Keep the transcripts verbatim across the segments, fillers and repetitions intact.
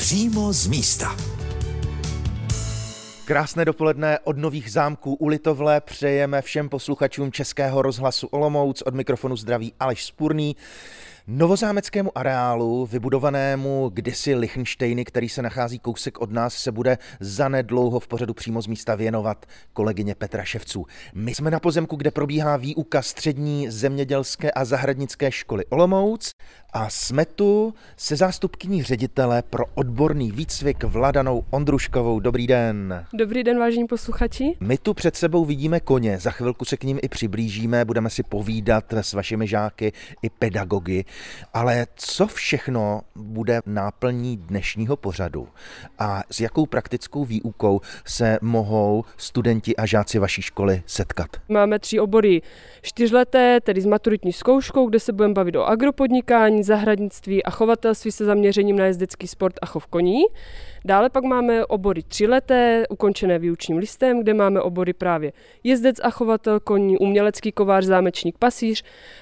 Přímo z místa. Krásné dopoledne od Nových zámků u Litovle přejeme všem posluchačům Českého rozhlasu Olomouc. Od mikrofonu zdraví Aleš Spurný. Novozámeckému areálu, vybudovanému kdysi Lichtenštejny, který se nachází kousek od nás, se bude zanedlouho v pořadu Přímo z místa věnovat kolegyně Petra Ševců. My jsme na pozemku, kde probíhá výuka střední zemědělské a zahradnické školy Olomouc a jsme tu se zástupkyní ředitele pro odborný výcvik Vladanou Ondruškovou. Dobrý den. Dobrý den, vážení posluchači. My tu před sebou vidíme koně, za chvilku se k ním i přiblížíme, budeme si povídat s vašimi žáky i pedagogy. Ale co všechno bude náplní dnešního pořadu a s jakou praktickou výukou se mohou studenti a žáci vaší školy setkat? Máme tři obory čtyřleté, tedy s maturitní zkouškou, kde se budeme bavit o agropodnikání, zahradnictví a chovatelství se zaměřením na jezdecký sport a chov koní. Dále pak máme obory tříleté, ukončené výučním listem, kde máme obory právě jezdec a chovatel koní, umělecký kovář, zámečník, pasíř,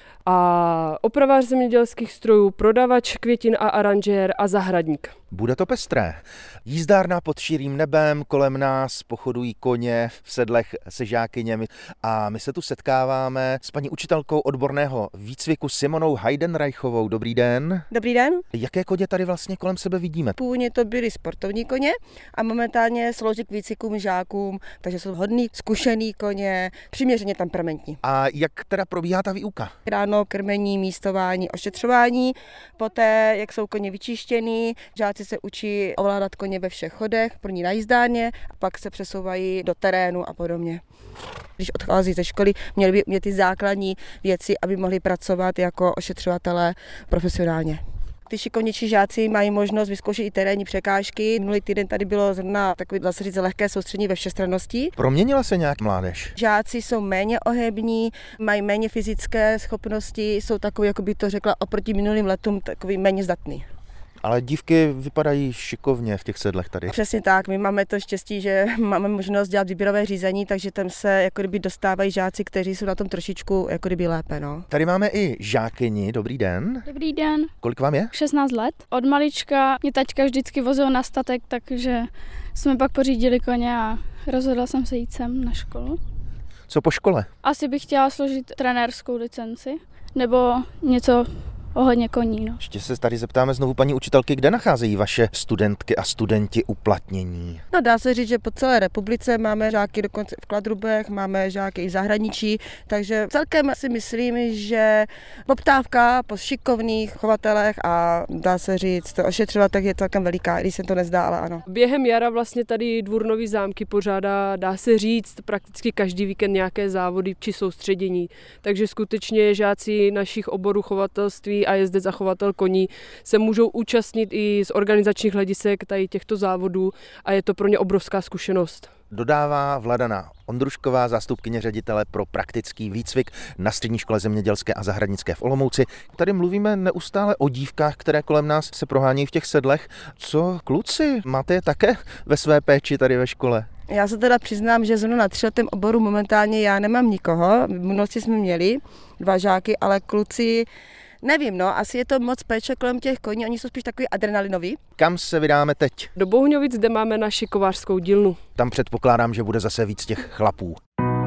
a opravář zemědělských strojů, prodavač květin a aranžér a zahradník. Bude to pestré. Jízdárna pod širým nebem, kolem nás pochodují koně v sedlech se žákyněmi a my se tu setkáváme s paní učitelkou odborného výcviku Simonou Heidenreichovou. Dobrý den. Dobrý den. Jaké koně tady vlastně kolem sebe vidíme? Původně to byly sportovní koně a momentálně slouží k výcvikům žákům, takže jsou hodný, zkušený koně, přiměřeně temperamentní. A jak teda probíhá ta výuka? Ráno krmení, místování, ošetřování, poté, jak jsou koně vyčištěný, žáci se učí ovládat koně ve všech chodech, první na jízdárně a pak se přesouvají do terénu a podobně. Když odchází ze školy, měli by mít ty základní věci, aby mohli pracovat jako ošetřovatelé profesionálně. Ty šikovnější žáci mají možnost vyzkoušet i terénní překážky. Minulý týden tady bylo zrovna takové, dá se říct, lehké soustředění ve všestrannosti. Proměnila se nějak mládež? Žáci jsou méně ohební, mají méně fyzické schopnosti, jsou takový, jako by to řekla, oproti minulým letům takový méně zdatný. Ale dívky vypadají šikovně v těch sedlech tady. Přesně tak, my máme to štěstí, že máme možnost dělat výběrové řízení, takže tam se jako kdyby dostávají žáci, kteří jsou na tom trošičku jako kdyby lépe. No. Tady máme i žákyni, dobrý den. Dobrý den. Kolik vám je? šestnáct let. Od malička mě taťka vždycky vozil na statek, takže jsme pak pořídili koně a rozhodla jsem se jít sem na školu. Co po škole? Asi bych chtěla složit trenérskou licenci, nebo něco ohledně koní. No. Ještě se tady zeptáme znovu paní učitelky, kde nacházejí vaše studentky a studenti uplatnění? No dá se říct, že po celé republice máme žáky dokonce v Kladrubech, máme žáky i v zahraničí, takže celkem si myslím, že poptávka po šikovných chovatelech a dá se říct, to ošetřovatelích je celkem veliká, když se to nezdá, ale ano. Během jara vlastně tady Dvůr Nový zámky pořádá, dá se říct, prakticky každý víkend nějaké závody či soustředění, takže skutečně žáci našich oborů chovatelství a jezdec a chovatel koní se můžou účastnit i z organizačních hledisek tady těchto závodů a je to pro ně obrovská zkušenost. Dodává Vladana Ondrušková, zástupkyně ředitele pro praktický výcvik na Střední škole zemědělské a zahradnické v Olomouci. Tady mluvíme neustále o dívkách, které kolem nás se prohánějí v těch sedlech. Co kluci, máte je také ve své péči tady ve škole? Já se teda přiznám, že zrovna na tříletém oboru momentálně já nemám nikoho. V minulosti jsme měli dva žáky, ale kluci nevím, no, asi je to moc péče kolem těch koní, oni jsou spíš takový adrenalinoví. Kam se vydáme teď? Do Bohuňovic, kde máme naši kovářskou dílnu. Tam předpokládám, že bude zase víc těch chlapů.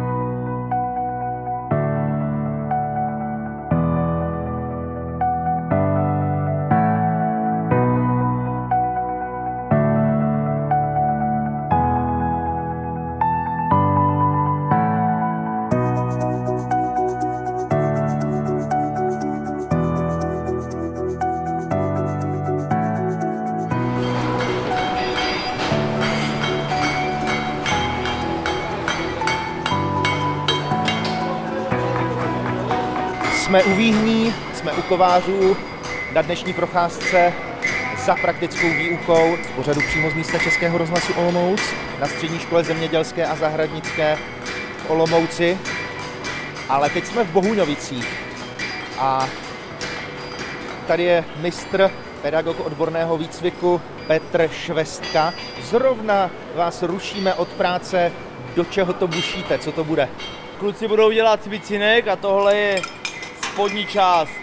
Jsme u výhní, jsme u kovářů na dnešní procházce za praktickou výukou v pořadu Přímo z místa Českého rozhlasu Olomouc na Střední škole zemědělské a zahradnické v Olomouci. Ale teď jsme v Bohuňovicích a tady je mistr, pedagog odborného výcviku Petr Švestka. Zrovna vás rušíme od práce. Do čeho to bušíte? Co to bude? Kluci budou dělat cvicinek a tohle je spodní část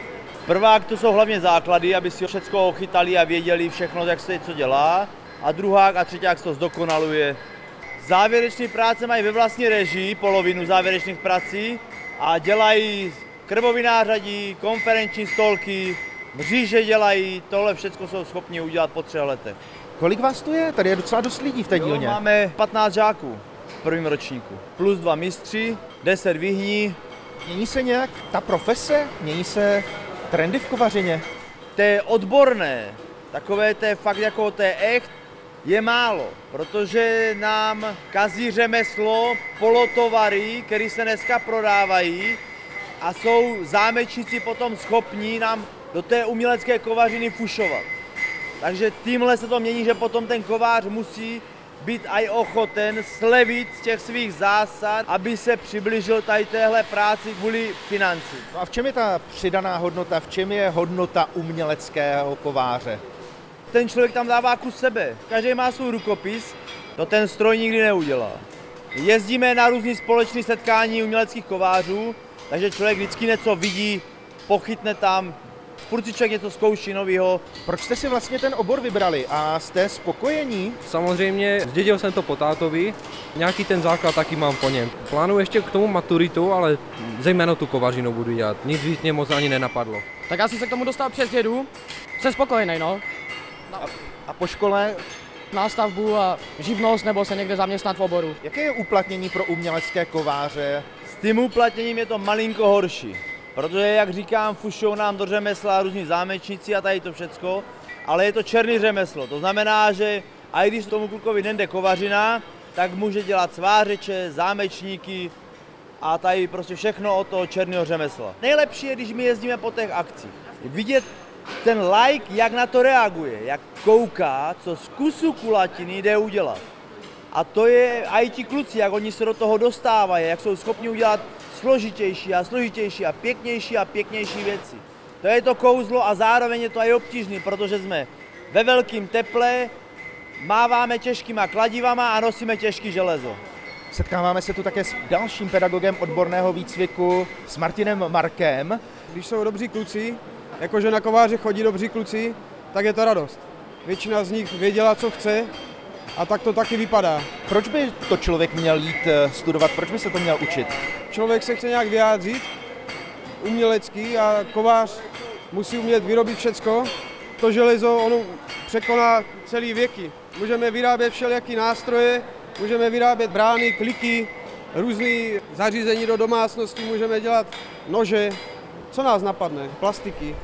Prvák to jsou hlavně základy, aby si všechno chytali a věděli všechno, jak se co dělá. A druhák a třeťák to zdokonaluje. Závěrečné práce mají ve vlastní režii, polovinu závěrečných prací a dělají krvový nářadí, konferenční stolky, mříže dělají, tohle všechno jsou schopni udělat po třech letech. Kolik vás tu je? Tady je docela dost lidí v té dílně. Máme patnáct žáků v prvním ročníku, plus dva mistři, deset vyhní. Mění se nějak ta profese? Mění se trendy v kovařině? Té odborné, takové té fakt jako té echt, je málo, protože nám kazí řemeslo polotovary, které se dneska prodávají a jsou zámečníci potom schopní nám do té umělecké kovařiny fušovat. Takže tímhle se to mění, že potom ten kovář musí být aj ochoten slevit z těch svých zásad, aby se přiblížil tady téhle práci kvůli financí. No a v čem je ta přidaná hodnota, v čem je hodnota uměleckého kováře? Ten člověk tam dává kus sebe. Každý má svůj rukopis, to ten stroj nikdy neudělá. Jezdíme na různý společné setkání uměleckých kovářů, takže člověk vždycky něco vidí, pochytne tam, furt si člověk něco zkouší novýho. Proč jste si vlastně ten obor vybrali a jste spokojení? Samozřejmě zdědil jsem to po tátovi, nějaký ten základ taky mám po něm. Plánuji ještě k tomu maturitu, ale zejména tu kovařinu budu dělat. Nic víc mě moc ani nenapadlo. Tak já jsem se k tomu dostal přes dědu, jsem spokojený, no. A, a po škole? Nástavbu a živnost nebo se někde zaměstnat v oboru. Jaké je uplatnění pro umělecké kováře? S tím uplatněním je to malinko horší, protože, jak říkám, fušou nám do řemesla různí zámečníci a tady to všecko, ale je to černý řemeslo, to znamená, že i když tomu klukovi nejde kovařina, tak může dělat svářeče, zámečníky a tady prostě všechno od toho černého řemesla. Nejlepší je, když my jezdíme po těch akcích. Vidět ten like, jak na to reaguje, jak kouká, co z kusu kulatiny jde udělat. A to je i ti kluci, jak oni se do toho dostávají, jak jsou schopni udělat složitější a složitější a pěknější a pěknější věci. To je to kouzlo a zároveň je to i obtížný, protože jsme ve velkém teple, máváme těžkýma kladivama a nosíme těžký železo. Setkáváme se tu také s dalším pedagogem odborného výcviku, s Martinem Markem. Když jsou dobří kluci, jakože na kováře chodí dobří kluci, tak je to radost. Většina z nich věděla, co chce a tak to taky vypadá. Proč by to člověk měl jít studovat, proč by se to měl učit? Člověk se chce nějak vyjádřit umělecky a kovář musí umět vyrobit všecko. To železo ono překoná celý věky. Můžeme vyrábět všelijaký nástroje, můžeme vyrábět brány, kliky, různé zařízení do domácnosti, můžeme dělat nože. Co nás napadne? Plastiky.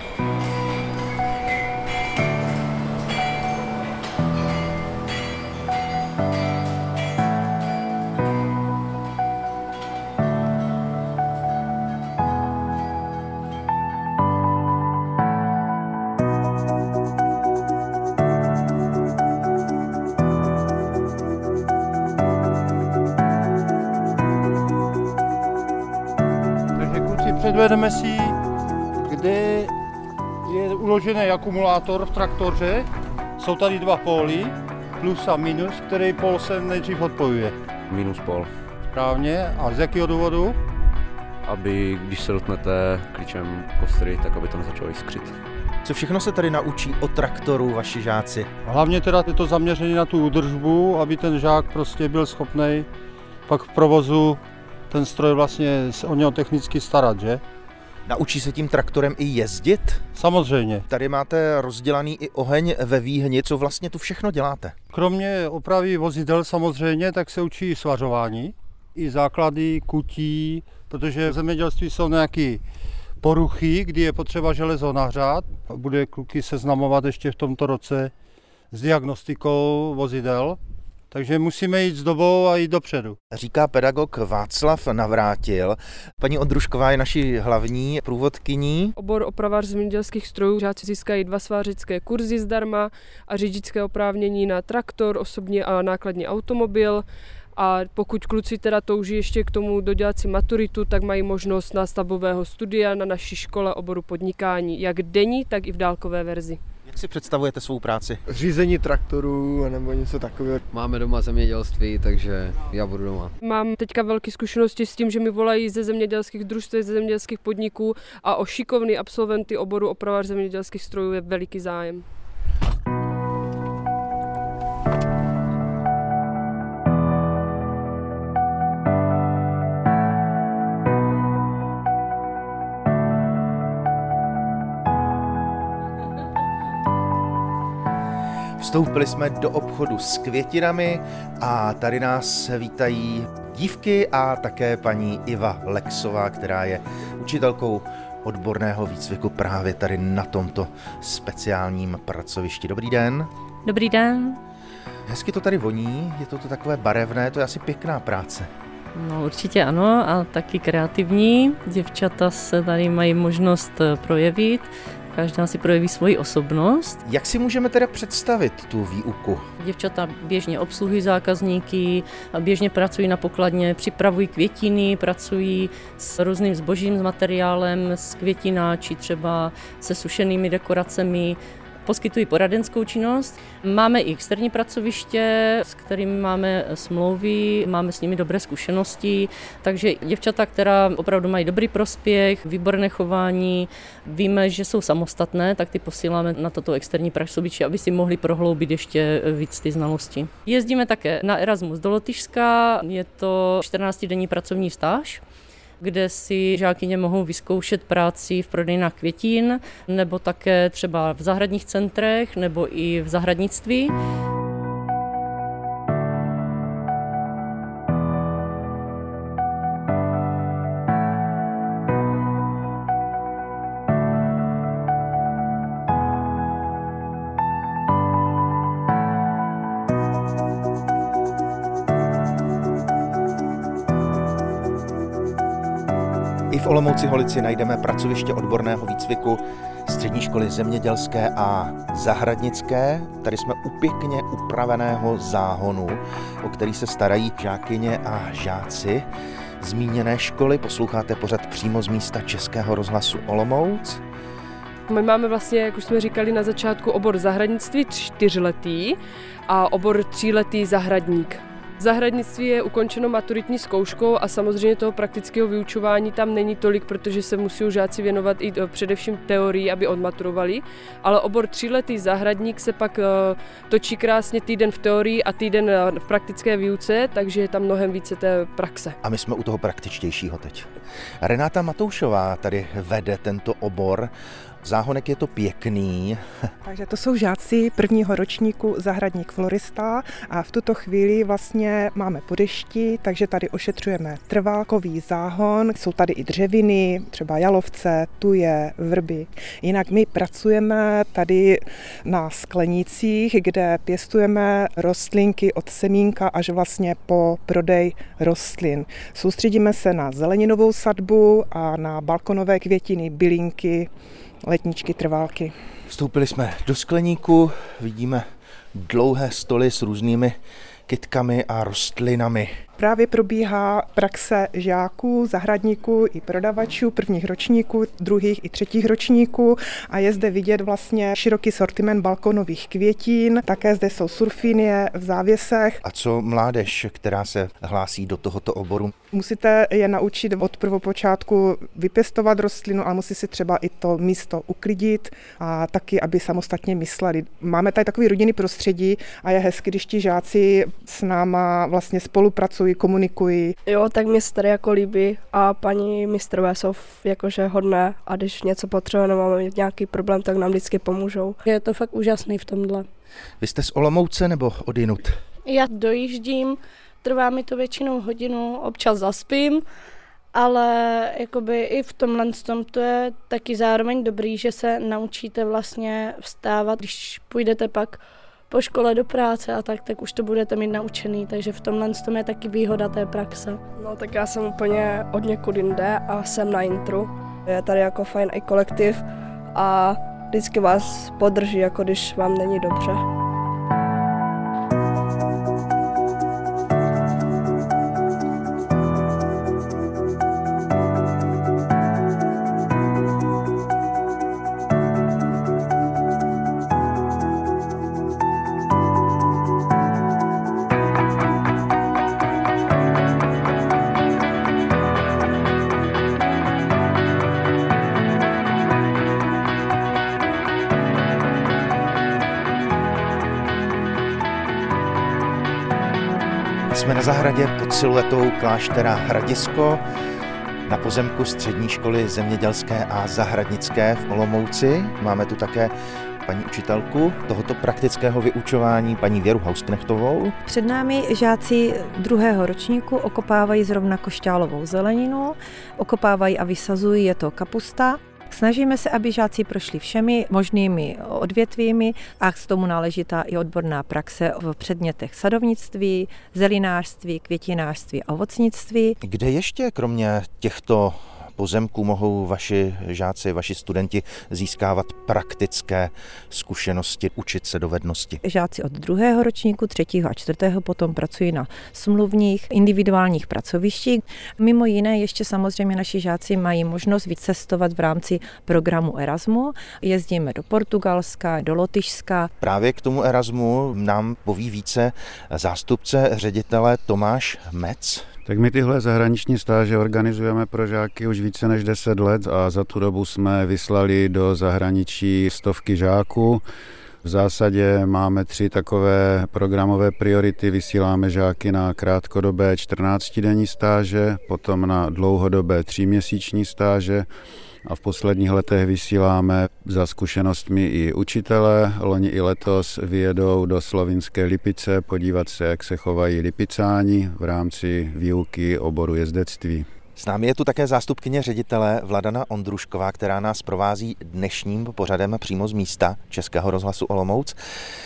Předvedeme si, kde je uložený akumulátor v traktoře. Jsou tady dva póly, plus a minus, který pól se nejdřív odpojuje. Minus pól. Správně. A z jakého důvodu? Aby, když se dotknete klíčem kostry, tak aby to nezačalo jiskřit. Co všechno se tady naučí o traktoru vaši žáci? Hlavně teda je to zaměření na tu údržbu, aby ten žák prostě byl schopný pak v provozu ten stroj vlastně o něho technicky starat, že? Naučí se tím traktorem i jezdit? Samozřejmě. Tady máte rozdělaný i oheň ve výhni. Co vlastně tu všechno děláte? Kromě opravy vozidel samozřejmě, tak se učí svařování, i základy, kutí, protože v zemědělství jsou nějaké poruchy, kdy je potřeba železo nahřát. Bude kluky seznamovat ještě v tomto roce s diagnostikou vozidel. Takže musíme jít s dobou a jít dopředu. Říká pedagog Václav Navrátil. Paní Ondrušková je naší hlavní průvodkyní. Obor opravář zemědělských strojů žáci získají dva svářické kurzy zdarma a řidičské oprávnění na traktor, osobní a nákladní automobil. A pokud kluci teda touží ještě k tomu dodělat si maturitu, tak mají možnost nástavbového studia na naší škole oboru podnikání, jak denní, tak i v dálkové verzi. Je Jak si představujete svou práci? Řízení traktorů nebo něco takového. Máme doma zemědělství, takže já budu doma. Mám teďka velké zkušenosti s tím, že mi volají ze zemědělských družstev, ze zemědělských podniků a o šikovný absolventy oboru opravář zemědělských strojů je veliký zájem. Vstoupili jsme do obchodu s květinami a tady nás vítají dívky a také paní Iva Lexová, která je učitelkou odborného výcviku právě tady na tomto speciálním pracovišti. Dobrý den. Dobrý den. Hezky to tady voní, je to, to takové barevné, to je asi pěkná práce. No určitě ano a taky kreativní. Děvčata se tady mají možnost projevit. Každá si projeví svoji osobnost. Jak si můžeme teda představit tu výuku? Děvčata běžně obsluhují zákazníky, běžně pracují na pokladně, připravují květiny, pracují s různým zbožím, s materiálem, s květináči, třeba se sušenými dekoracemi. Poskytují poradenskou činnost. Máme i externí pracoviště, s kterými máme smlouvy, máme s nimi dobré zkušenosti, takže děvčata, která opravdu mají dobrý prospěch, výborné chování, víme, že jsou samostatné, tak ty posíláme na toto externí pracoviště, aby si mohli prohloubit ještě víc ty znalosti. Jezdíme také na Erasmus do Lotyšska, je to čtrnáctidenní pracovní stáž, kde si žákyně mohou vyzkoušet práci v prodejnách květin, nebo také třeba v zahradních centrech, nebo i v zahradnictví. I v Olomouci Holici najdeme pracoviště odborného výcviku Střední školy zemědělské a zahradnické. Tady jsme u pěkně upraveného záhonu, o který se starají žákyně a žáci zmíněné školy. Posloucháte pořad přímo z místa Českého rozhlasu Olomouc. My máme vlastně, jak už jsme říkali na začátku, obor zahradnictví čtyřletý a obor tříletý zahradník. Zahradnictví je ukončeno maturitní zkouškou a samozřejmě toho praktického vyučování tam není tolik, protože se musí žáci věnovat i především teorii, aby odmaturovali, ale obor tříletý zahradník se pak točí krásně týden v teorii a týden v praktické výuce, takže je tam mnohem více té praxe. A my jsme u toho praktičtějšího teď. Renáta Matoušová tady vede tento obor. Záhonek je to pěkný. Takže to jsou žáci prvního ročníku zahradník florista a v tuto chvíli vlastně máme po dešti, takže tady ošetřujeme trvalkový záhon. Jsou tady i dřeviny, třeba jalovce, tuje, vrby. Jinak my pracujeme tady na sklenících, kde pěstujeme rostlinky od semínka až vlastně po prodej rostlin. Soustředíme se na zeleninovou sadbu a na balkonové květiny, bylinky, letničky, trvalky. Vstoupili jsme do skleníku, vidíme dlouhé stoly s různými kytkami a rostlinami. Právě probíhá praxe žáků, zahradníků i prodavačů prvních ročníků, druhých i třetích ročníků a je zde vidět vlastně široký sortiment balkonových květin, také zde jsou surfinie v závěsech. A co mládež, která se hlásí do tohoto oboru? Musíte je naučit od prvopočátku vypěstovat rostlinu a musí si třeba i to místo uklidit a taky, aby samostatně mysleli. Máme tady takový rodinný prostředí a je hezky, když ti žáci s náma vlastně spolupracují, komunikují. Jo, tak mě se tady jako líbí a paní mistrové jsou jakože hodné a když něco potřebujeme, máme nějaký problém, tak nám vždycky pomůžou. Je to fakt úžasný v tomhle. Vy jste z Olomouce nebo odjinud? Já dojíždím, trvá mi to většinou hodinu, občas zaspím, ale jakoby i v tomhle tom to je taky zároveň dobrý, že se naučíte vlastně vstávat, když půjdete pak po škole do práce a tak, tak už to budete mít naučený, takže v tomhle tom je taky výhoda té praxe. No tak já jsem úplně od někud jinde a jsem na intru. Je tady jako fajn i kolektiv a vždycky vás podrží, jako když vám není dobře. Jsme na zahradě pod siluetou kláštera Hradisko na pozemku Střední školy zemědělské a zahradnické v Olomouci. Máme tu také paní učitelku tohoto praktického vyučování, paní Věru Hausknechtovou. Před námi žáci druhého ročníku okopávají zrovna košťálovou zeleninu, okopávají a vysazují, je to kapusta. Snažíme se, aby žáci prošli všemi možnými odvětvími a k tomu náležitá i odborná praxe v předmětech sadovnictví, zelinářství, květinářství a ovocnictví. Kde ještě kromě těchto pozemků mohou vaši žáci, vaši studenti získávat praktické zkušenosti, učit se dovednosti? Žáci od druhého ročníku, třetího a čtvrtého potom pracují na smluvních individuálních pracovištích. Mimo jiné ještě samozřejmě naši žáci mají možnost vycestovat v rámci programu Erasmu. Jezdíme do Portugalska, do Lotyšska. Právě k tomu Erasmu nám poví více zástupce ředitele Tomáš Mec. Tak my tyhle zahraniční stáže organizujeme pro žáky už více než deset let a za tu dobu jsme vyslali do zahraničí stovky žáků. V zásadě máme tři takové programové priority. Vysíláme žáky na krátkodobé čtrnáctidenní stáže, potom na dlouhodobé tříměsíční stáže a v posledních letech vysíláme za zkušenostmi i učitele. Loni i letos vyjedou do slovinské Lipice podívat se, jak se chovají lipicáni v rámci výuky oboru jezdectví. S námi je tu také zástupkyně ředitele Vladana Ondrušková, která nás provází dnešním pořadem přímo z místa Českého rozhlasu Olomouc.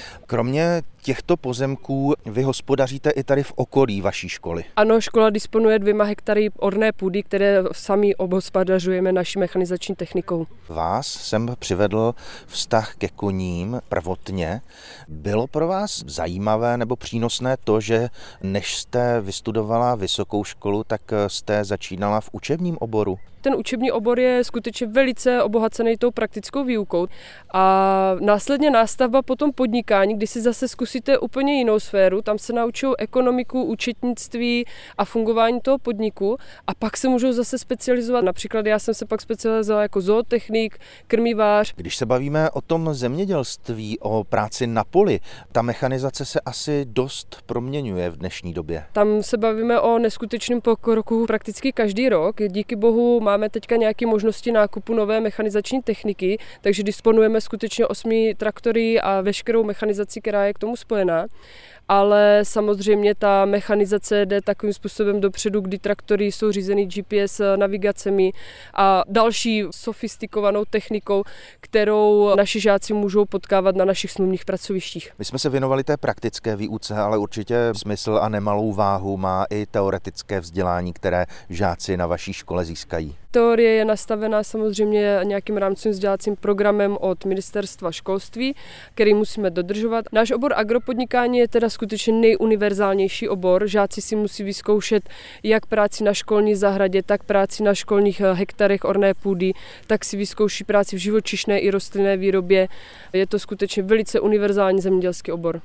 Kromě těchto pozemků vy hospodaříte i tady v okolí vaší školy. Ano, škola disponuje dvěma hektary orné půdy, které sami obhospodařujeme naší mechanizační technikou. Vás jsem přivedl vztah ke koním prvotně. Bylo pro vás zajímavé nebo přínosné to, že než jste vystudovala vysokou školu, tak jste začínala v učebním oboru? Ten učební obor je skutečně velice obohacený tou praktickou výukou a následně nástavba potom podnikání, kdy si zase zkusíte úplně jinou sféru, tam se naučou ekonomiku, účetnictví a fungování toho podniku a pak se můžou zase specializovat. Například já jsem se pak specializovala jako zootechnik, krmivář. Když se bavíme o tom zemědělství, o práci na poli, ta mechanizace se asi dost proměňuje v dnešní době. Tam se bavíme o neskutečném pokroku prakticky každý rok. Díky bohu máme teďka nějaké možnosti nákupu nové mechanizační techniky, takže disponujeme skutečně osmi traktory a veškerou mechanizací, která je k tomu spojená. Ale samozřejmě ta mechanizace jde takovým způsobem dopředu, kdy traktory jsou řízeny G P S navigacemi a další sofistikovanou technikou, kterou naši žáci můžou potkávat na našich smluvních pracovištích. My jsme se věnovali té praktické výuce, ale určitě smysl a nemalou váhu má i teoretické vzdělání, které žáci na vaší škole získají. Teorie je nastavená samozřejmě nějakým rámcovým vzdělávacím programem od ministerstva školství, který musíme dodržovat. Náš obor agropodnikání je teda skutečně nejuniverzálnější obor. Žáci si musí vyzkoušet jak práci na školní zahradě, tak práci na školních hektarech orné půdy, tak si vyzkouší práci v živočišné i rostlinné výrobě. Je to skutečně velice univerzální zemědělský obor.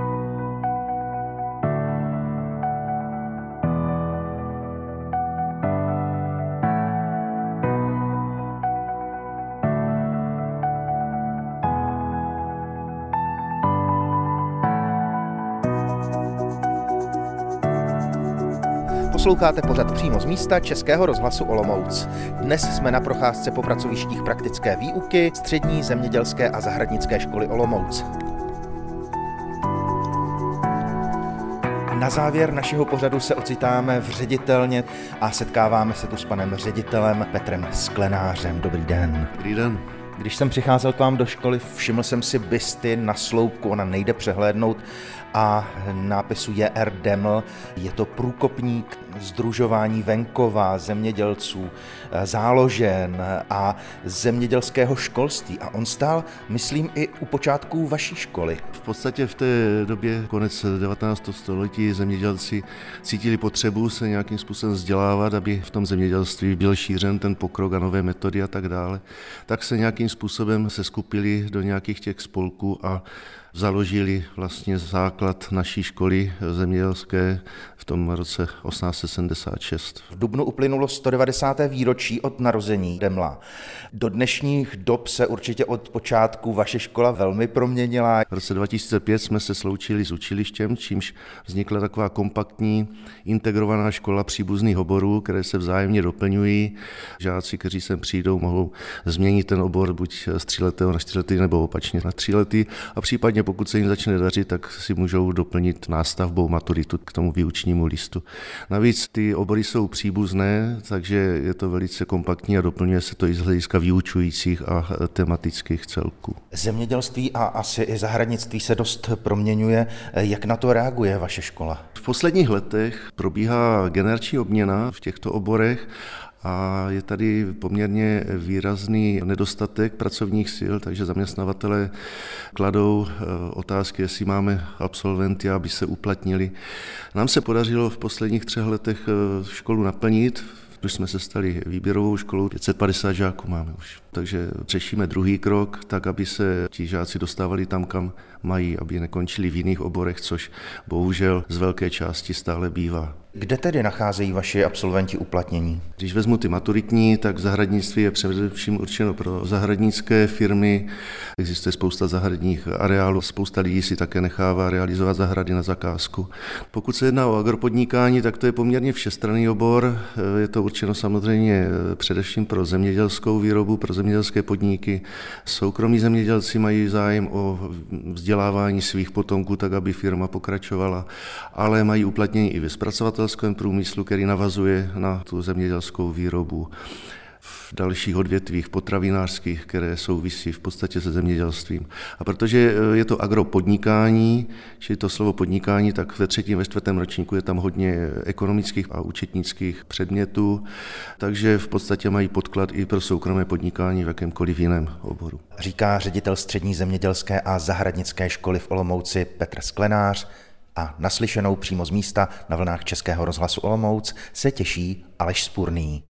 Posloucháte pořad přímo z místa Českého rozhlasu Olomouc. Dnes jsme na procházce po pracovištích praktické výuky Střední zemědělské a zahradnické školy Olomouc. Na závěr našeho pořadu se ocitáme v ředitelně a setkáváme se tu s panem ředitelem Petrem Sklenářem. Dobrý den. Dobrý den. Když jsem přicházel k vám do školy, všiml jsem si bysty na sloupku, ona nejde přehlédnout, a nápisu J R Deml. Je to průkopník sdružování venkova, zemědělců, záložen a zemědělského školství. A on stál, myslím, i u počátků vaší školy. V podstatě v té době, konec devatenáctého století, zemědělci cítili potřebu se nějakým způsobem vzdělávat, aby v tom zemědělství byl šířen ten pokrok a nové metody a tak dále. Tak se nějakým způsobem se skupili do nějakých těch spolků a založili vlastně základ naší školy zemědělské v tom roce osmnáct set sedmdesát šest. V dubnu uplynulo sto devadesáté výročí od narození Demla. Do dnešních dob se určitě od počátku vaše škola velmi proměnila. V roce dva tisíce pět jsme se sloučili s učilištěm, čímž vznikla taková kompaktní integrovaná škola příbuzných oborů, které se vzájemně doplňují. Žáci, kteří sem přijdou, mohou změnit ten obor buď z tříletého na čtyřletý nebo opačně na tříletý a případně pokud se jim začne dařit, tak si můžou doplnit nástavbou maturitu k tomu výučnímu listu. Navíc ty obory jsou příbuzné, takže je to velice kompaktní a doplňuje se to i z hlediska vyučujících a tematických celků. Zemědělství a asi i zahradnictví se dost proměňuje. Jak na to reaguje vaše škola? V posledních letech probíhá generační obměna v těchto oborech a je tady poměrně výrazný nedostatek pracovních sil, takže zaměstnavatelé kladou otázky, jestli máme absolventy, aby se uplatnili. Nám se podařilo v posledních třech letech školu naplnit. Už jsme se stali výběrovou školou, pět set padesát žáků máme už. Takže řešíme druhý krok, tak aby se ti žáci dostávali tam, kam mají, aby nekončili v jiných oborech, což bohužel z velké části stále bývá. Kde tedy nacházejí vaši absolventi uplatnění? Když vezmu ty maturitní, tak zahradnictví je především určeno pro zahradnické firmy. Existuje spousta zahradních areálů, spousta lidí si také nechává realizovat zahrady na zakázku. Pokud se jedná o agropodnikání, tak to je poměrně všestranný obor. Je to určeno samozřejmě především pro zemědělskou výrobu, pro zemědělské podniky. Soukromí zemědělci mají zájem o vzdělávání svých potomků, tak aby firma pokračovala, ale mají uplatnění i ve zpracovatelském průmyslu, který navazuje na tu zemědělskou výrobu. V dalších odvětvích potravinářských, které souvisí v podstatě se zemědělstvím. A protože je to agropodnikání, čili to slovo podnikání, tak ve třetím, ve čtvrtém ročníku je tam hodně ekonomických a účetnických předmětů, takže v podstatě mají podklad i pro soukromé podnikání v jakémkoliv jiném oboru. Říká ředitel Střední zemědělské a zahradnické školy v Olomouci Petr Sklenář. A naslyšenou přímo z místa na vlnách Českého rozhlasu Olomouc se těší Aleš Spurný.